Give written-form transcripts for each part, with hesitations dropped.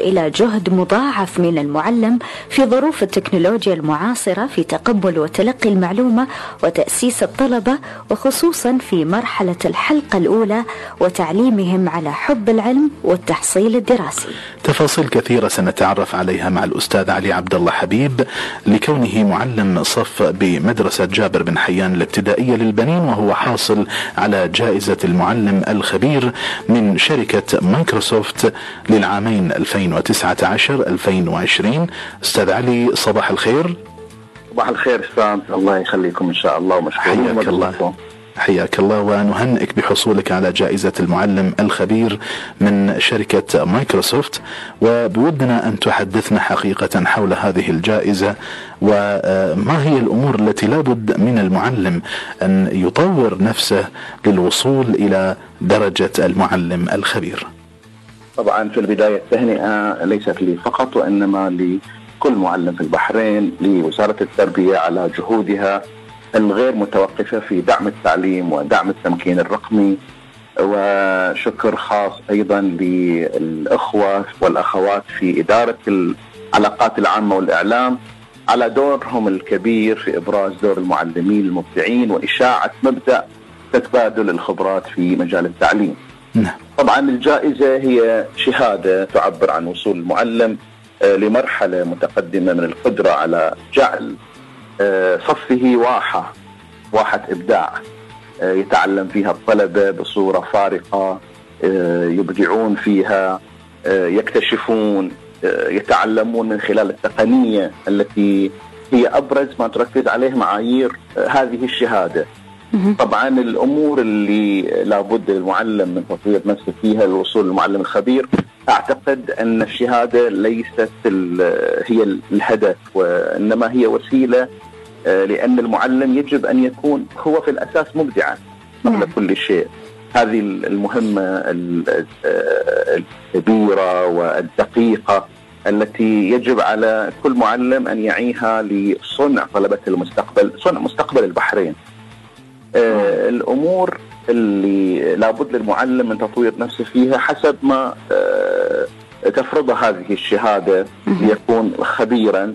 إلى جهد مضاعف من المعلم في ظروف التكنولوجيا المعاصرة في تقبل وتلقي المعلومة وتأسيس الطلبة، وخصوصا في مرحلة الحلقة الأولى وتعليمهم على حب العلم والتحصيل الدراسي. تفاصيل كثيرة سنتعرف عليها مع الأستاذ علي عبد الله حبيب، لكونه معلم صف بمدرسة جابر بن حيان الابتدائية للبنين، وهو حاصل على جائزة المعلم الخبير من شركة مايكروسوفت للعامين 2019-2020. أستاذ علي، صباح الخير. صباح الخير أستاذ، الله يخليكم إن شاء الله، ومشكورين. حياك الله. حياك الله، ونهنئك بحصولك على جائزة المعلم الخبير من شركة مايكروسوفت، وبودنا أن تحدثنا حقيقة حول هذه الجائزة، وما هي الأمور التي لابد من المعلم أن يطور نفسه للوصول إلى درجة المعلم الخبير. طبعا في البداية التهنئة ليست لي فقط، وإنما لكل معلم في البحرين، لوزارة التربية على جهودها الغير متوقفة في دعم التعليم ودعم التمكين الرقمي، وشكر خاص أيضا للأخوة والأخوات في إدارة العلاقات العامة والإعلام على دورهم الكبير في إبراز دور المعلمين المبدعين وإشاعة مبدأ تتبادل الخبرات في مجال التعليم. طبعا الجائزة هي شهادة تعبر عن وصول المعلم لمرحلة متقدمة من القدرة على جعل صفه واحة إبداع يتعلم فيها الطلبة بصورة فارقة، يبدعون فيها، يكتشفون، يتعلمون من خلال التقنية التي هي أبرز ما تركز عليه معايير هذه الشهادة. طبعا الأمور اللي لابد المعلم من تطوير نفسه فيها للوصول للمعلم الخبير، أعتقد أن الشهادة ليست هي الهدف، وإنما هي وسيلة، لأن المعلم يجب أن يكون هو في الأساس مبدعا قبل كل شيء. هذه المهمة الكبيرة والدقيقة التي يجب على كل معلم أن يعيها لصنع طلبة المستقبل، صنع مستقبل البحرين. الأمور اللي لابد للمعلم من تطوير نفسه فيها حسب ما تفرضها هذه الشهادة ليكون خبيرا،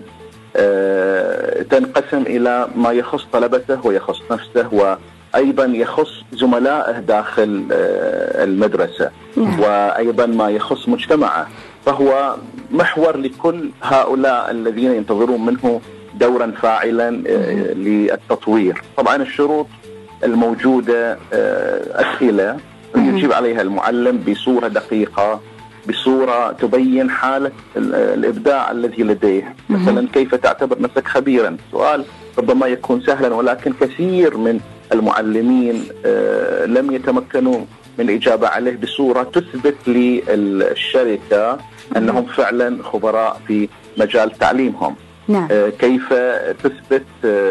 تنقسم إلى ما يخص طلبته ويخص نفسه، وأيضا يخص زملائه داخل المدرسة، وأيضا ما يخص مجتمعه، فهو محور لكل هؤلاء الذين ينتظرون منه دورا فاعلا للتطوير. طبعا الشروط الموجودة أسئلة يجيب عليها المعلم بصورة دقيقة، بصورة تبين حالة الإبداع الذي لديه. مثلا كيف تعتبر نفسك خبيرا؟ سؤال ربما يكون سهلا، ولكن كثير من المعلمين لم يتمكنوا من الإجابة عليه بصورة تثبت للشركة أنهم فعلا خبراء في مجال تعليمهم. كيف تثبت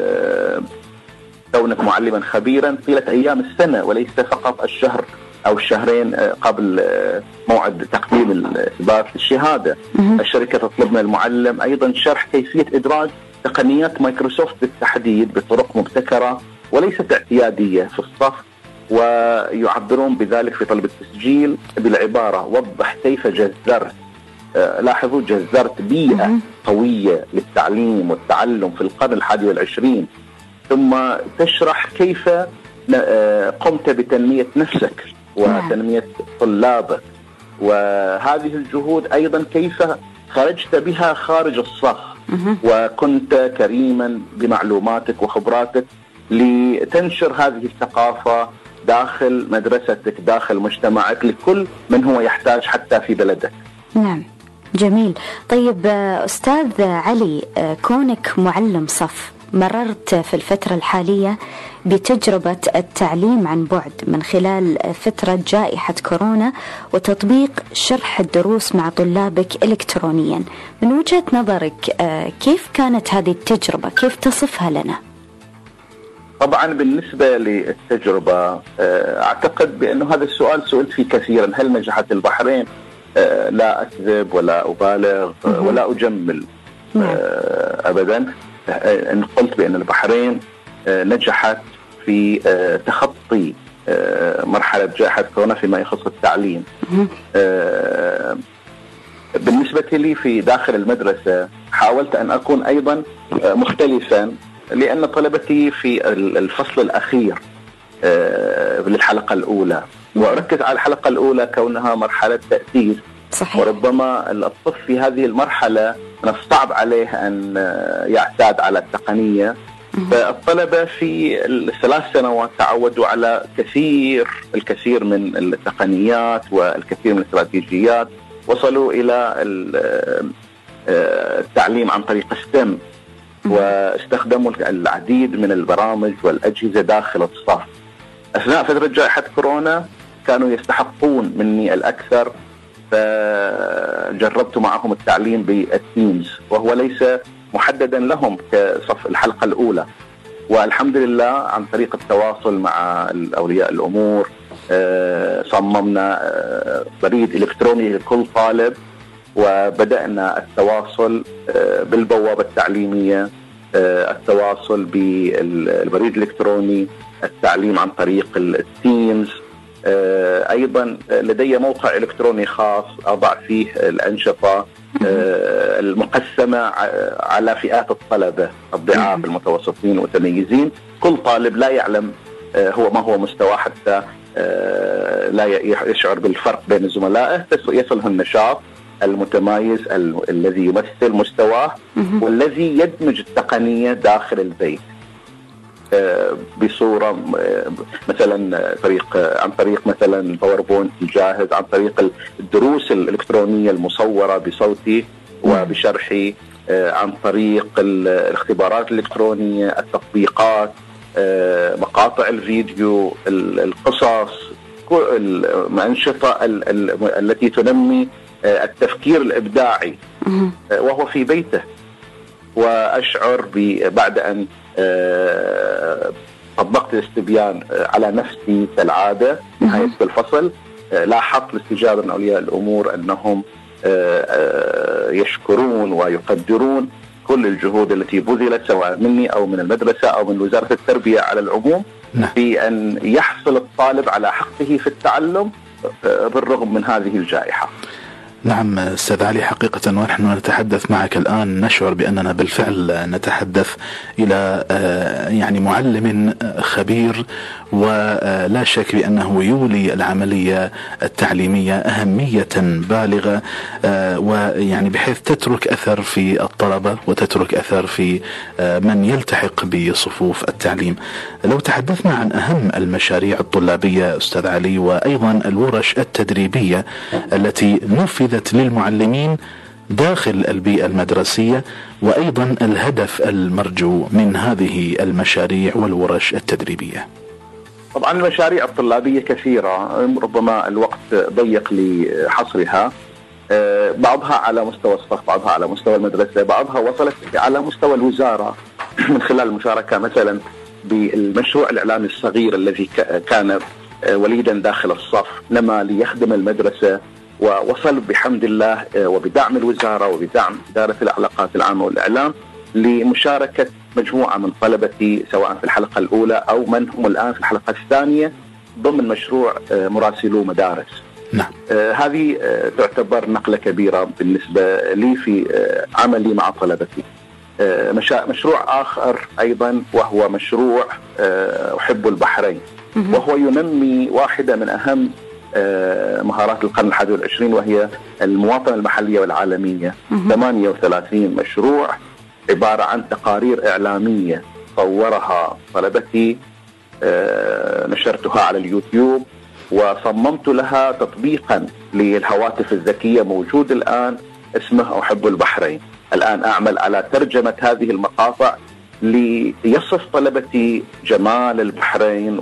كونك معلما خبيرا طيلة أيام السنة وليس فقط الشهر أو الشهرين قبل موعد تقديم إثبات الشهادة. الشركة تطلب من المعلم أيضا شرح كيفية إدراج تقنيات مايكروسوفت بالتحديد بطرق مبتكرة وليست اعتيادية في الصف، ويعبرون بذلك في طلب التسجيل بالعبارة وضح كيف جزرت، لاحظوا جزرت بيئة قوية للتعليم والتعلم في القرن 21، ثم تشرح كيف قمت بتنمية نفسك وتنمية طلابك، وهذه الجهود أيضا كيف خرجت بها خارج الصف وكنت كريما بمعلوماتك وخبراتك لتنشر هذه الثقافة داخل مدرستك، داخل مجتمعك، لكل من هو يحتاج حتى في بلدك. نعم، جميل. طيب أستاذ علي، كونك معلم صف، مررت في الفترة الحالية بتجربة التعليم عن بعد من خلال فترة جائحة كورونا وتطبيق شرح الدروس مع طلابك إلكترونيا. من وجهة نظرك كيف كانت هذه التجربة؟ كيف تصفها لنا؟ طبعا بالنسبة للتجربة أعتقد بأنه هذا السؤال سئلت فيه كثيرا، هل نجحت البحرين؟ لا أكذب ولا أبالغ ولا أجمل أبدا إن قلت بأن البحرين نجحت في تخطي مرحلة جائحة كورونا فيما يخص التعليم. بالنسبة لي في داخل المدرسة حاولت أن أكون أيضا مختلفا، لأن طلبتي في الفصل الأخير للحلقة الأولى، وأركز على الحلقة الأولى كونها مرحلة تأسيس. صحيح. وربما الطفل في هذه المرحلة من الصعب عليه أن يعتاد على التقنية، فالطلبة في الثلاث سنوات تعودوا على الكثير من التقنيات والكثير من الاستراتيجيات، وصلوا إلى التعليم عن طريق ستيم، واستخدموا العديد من البرامج والأجهزة داخل الصف. أثناء فترة جائحة كورونا كانوا يستحقون مني الأكثر، فجربت معهم التعليم بالتيمز، وهو ليس محددا لهم كصف الحلقة الأولى. والحمد لله عن طريق التواصل مع أولياء الأمور صممنا بريد إلكتروني لكل طالب، وبدأنا التواصل بالبوابة التعليمية، التواصل بالبريد الإلكتروني، التعليم عن طريق التيمز. أيضا لدي موقع إلكتروني خاص أضع فيه الأنشطة المقسمة على فئات الطلبة، الضعاف، المتوسطين والمتميزين. كل طالب لا يعلم ما هو مستواه حتى لا يشعر بالفرق بين زملائه، يصله النشاط المتمايز الذي يمثل مستواه والذي يدمج التقنية داخل البيت بصورة مثلا عن طريق مثلا الباوربوينت الجاهز، عن طريق الدروس الإلكترونية المصورة بصوتي وبشرحي، عن طريق الاختبارات الإلكترونية، التطبيقات، مقاطع الفيديو، القصص، الأنشطة التي تنمي التفكير الإبداعي وهو في بيته. وأشعر بعد أن طبقت الاستبيان على نفسي كالعادة نهاية الفصل، لاحظت الاستجابة من أولياء الأمور أنهم يشكرون ويقدرون كل الجهود التي بذلت سواء مني أو من المدرسة أو من وزارة التربية على العموم في أن يحصل الطالب على حقه في التعلم بالرغم من هذه الجائحة. نعم أستاذ علي، حقيقة ونحن نتحدث معك الآن نشعر بأننا بالفعل نتحدث إلى يعني معلم خبير، ولا شك بأنه يولي العملية التعليمية أهمية بالغة، ويعني بحيث تترك أثر في الطلبة وتترك أثر في من يلتحق بصفوف التعليم. لو تحدثنا عن أهم المشاريع الطلابية أستاذ علي، وأيضا الورش التدريبية التي نفذت للمعلمين داخل البيئة المدرسية، وأيضا الهدف المرجو من هذه المشاريع والورش التدريبية. طبعا المشاريع الطلابية كثيرة، ربما الوقت ضيق لحصرها. بعضها على مستوى الصف، بعضها على مستوى المدرسة، بعضها وصلت على مستوى الوزارة من خلال المشاركة مثلا بالمشروع الإعلامي الصغير الذي كان وليدا داخل الصف، نما ليخدم المدرسة، ووصل بحمد الله وبدعم الوزارة وبدعم إدارة العلاقات العامة والإعلام لمشاركة مجموعة من طلبتي سواء في الحلقة الأولى أو من هم الآن في الحلقة الثانية ضمن مشروع مراسلو مدارس. نعم. هذه تعتبر نقلة كبيرة بالنسبة لي في عملي مع طلبتي. مشروع آخر أيضا وهو مشروع أحب البحرين، وهو ينمي واحدة من أهم مهارات القرن 21 وهي المواطنة المحلية والعالمية. 38 مشروع عبارة عن تقارير إعلامية صورها طلبتي، نشرتها على اليوتيوب، وصممت لها تطبيقا للهواتف الذكية موجود الآن اسمه أحب البحرين. الآن أعمل على ترجمة هذه المقاطع ليصف طلبتي جمال البحرين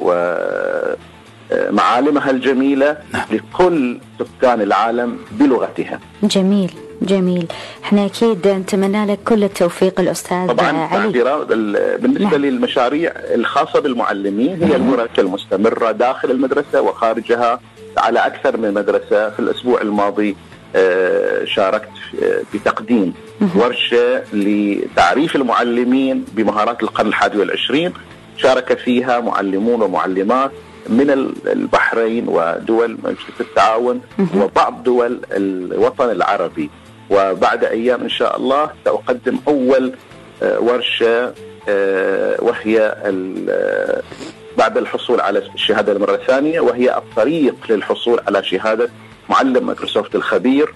ومعالمها الجميلة لكل سكان العالم بلغتها. جميل جميل. احنا اكيد نتمنى لك كل التوفيق الأستاذ طبعا علي. بالنسبة للمشاريع الخاصة بالمعلمين هي الورش المستمرة داخل المدرسة وخارجها على أكثر من مدرسة. في الأسبوع الماضي شاركت بتقديم ورشة لتعريف المعلمين بمهارات القرن 21، شارك فيها معلمون ومعلمات من البحرين ودول مجلس التعاون وبعض دول الوطن العربي. وبعد أيام إن شاء الله سأقدم أول ورشة، وهي بعد الحصول على الشهادة المرة الثانية، وهي الطريق للحصول على شهادة معلم مايكروسوفت الخبير.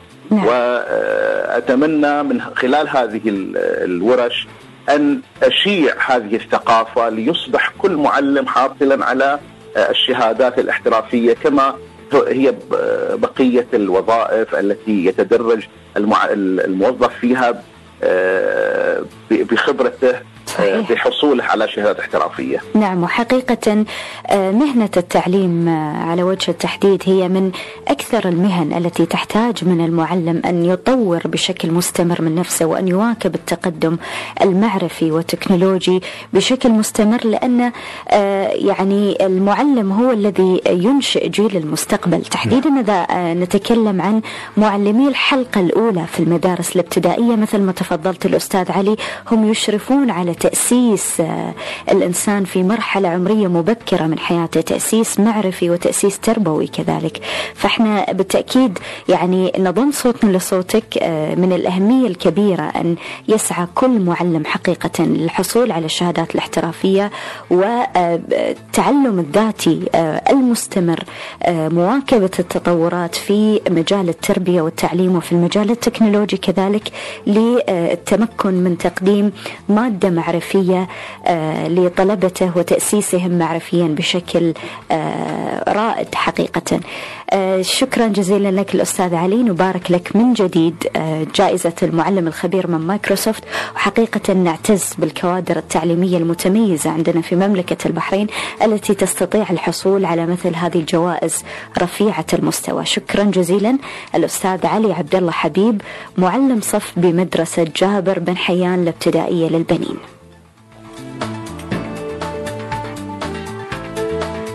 وأتمنى من خلال هذه الورش أن أشيع هذه الثقافة ليصبح كل معلم حاصلا على الشهادات الاحترافية كما هي بقية الوظائف التي يتدرج الموظف فيها بخبرته بحصوله على شهادات احترافية. نعم، وحقيقة مهنة التعليم على وجه التحديد هي من أكثر المهن التي تحتاج من المعلم أن يطور بشكل مستمر من نفسه، وأن يواكب التقدم المعرفي والتكنولوجي بشكل مستمر، لأن يعني المعلم هو الذي ينشئ جيل المستقبل. تحديدا إذا نتكلم عن معلمي الحلقة الأولى في المدارس الابتدائية مثل ما تفضلت الأستاذ علي، هم يشرفون على تأسيس الإنسان في مرحلة عمرية مبكرة من حياته، تأسيس معرفي وتأسيس تربوي كذلك. فإحنا بالتأكيد يعني نضم صوتنا لصوتك من الأهمية الكبيرة أن يسعى كل معلم حقيقة للحصول على الشهادات الاحترافية والتعلم الذاتي المستمر، مواكبة التطورات في مجال التربية والتعليم وفي المجال التكنولوجي كذلك، للتمكن من تقديم مادة معرفية لطلبته وتأسيسهم معرفيا بشكل رائد حقيقة. شكرا جزيلا لك الأستاذ علي، نبارك لك من جديد جائزة المعلم الخبير من مايكروسوفت، وحقيقة نعتز بالكوادر التعليمية المتميزة عندنا في مملكة البحرين التي تستطيع الحصول على مثل هذه الجوائز رفيعة المستوى. شكرا جزيلا الأستاذ علي عبد الله حبيب، معلم صف بمدرسة جابر بن حيان الابتدائية للبنين.